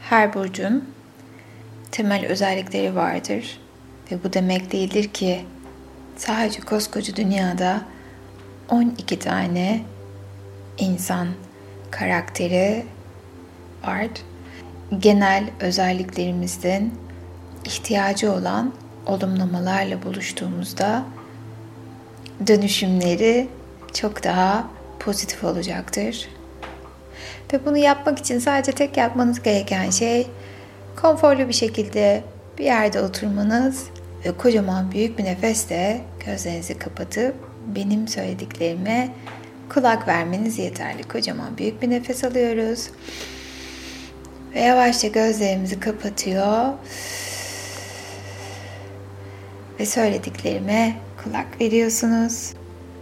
Her burcun temel özellikleri vardır ve bu demek değildir ki sadece koskoca dünyada 12 tane insan karakteri var. Genel özelliklerimizin ihtiyacı olan olumlamalarla buluştuğumuzda dönüşümleri çok daha pozitif olacaktır. Ve bunu yapmak için sadece tek yapmanız gereken şey konforlu bir şekilde bir yerde oturmanız ve kocaman büyük bir nefesle gözlerinizi kapatıp benim söylediklerime kulak vermeniz yeterli. Kocaman büyük bir nefes alıyoruz ve yavaşça gözlerimizi kapatıyor ve söylediklerime kulak veriyorsunuz.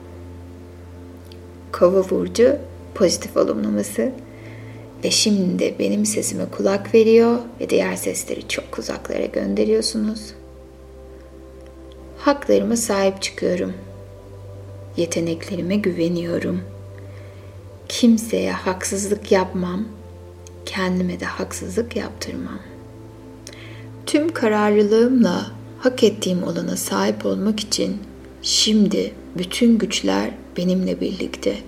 Kova burcu pozitif olumlaması ve şimdi de benim sesime kulak veriyor ve diğer sesleri çok uzaklara gönderiyorsunuz. Haklarıma sahip çıkıyorum. Yeteneklerime güveniyorum. Kimseye haksızlık yapmam. Kendime de haksızlık yaptırmam. Tüm kararlılığımla hak ettiğim olana sahip olmak için şimdi bütün güçler benimle birlikte.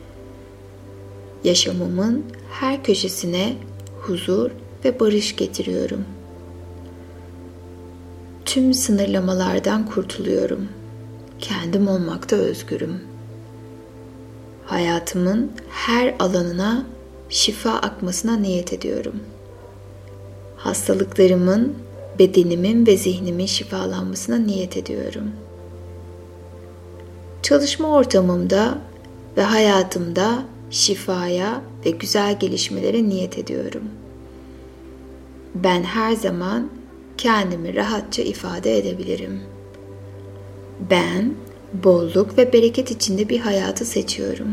Yaşamımın her köşesine huzur ve barış getiriyorum. Tüm sınırlamalardan kurtuluyorum. Kendim olmakta özgürüm. Hayatımın her alanına şifa akmasına niyet ediyorum. Hastalıklarımın, bedenimin ve zihnimin şifalanmasına niyet ediyorum. Çalışma ortamımda ve hayatımda şifaya ve güzel gelişmelere niyet ediyorum. Ben her zaman kendimi rahatça ifade edebilirim. Ben bolluk ve bereket içinde bir hayatı seçiyorum.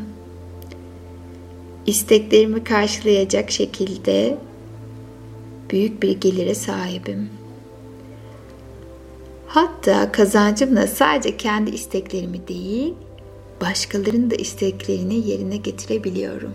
İsteklerimi karşılayacak şekilde büyük bir gelire sahibim. Hatta kazancımla sadece kendi isteklerimi değil, başkalarının da isteklerini yerine getirebiliyorum.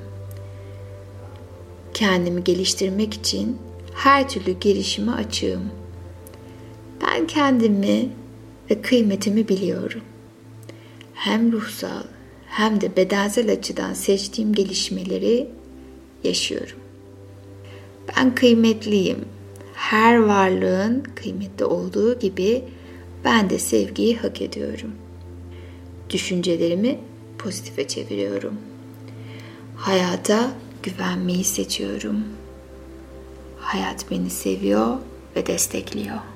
Kendimi geliştirmek için her türlü girişime açığım. Ben kendimi ve kıymetimi biliyorum. Hem ruhsal hem de bedensel açıdan seçtiğim gelişmeleri yaşıyorum. Ben kıymetliyim. Her varlığın kıymetli olduğu gibi ben de sevgiyi hak ediyorum. Düşüncelerimi pozitife çeviriyorum. Hayata güvenmeyi seçiyorum. Hayat beni seviyor ve destekliyor.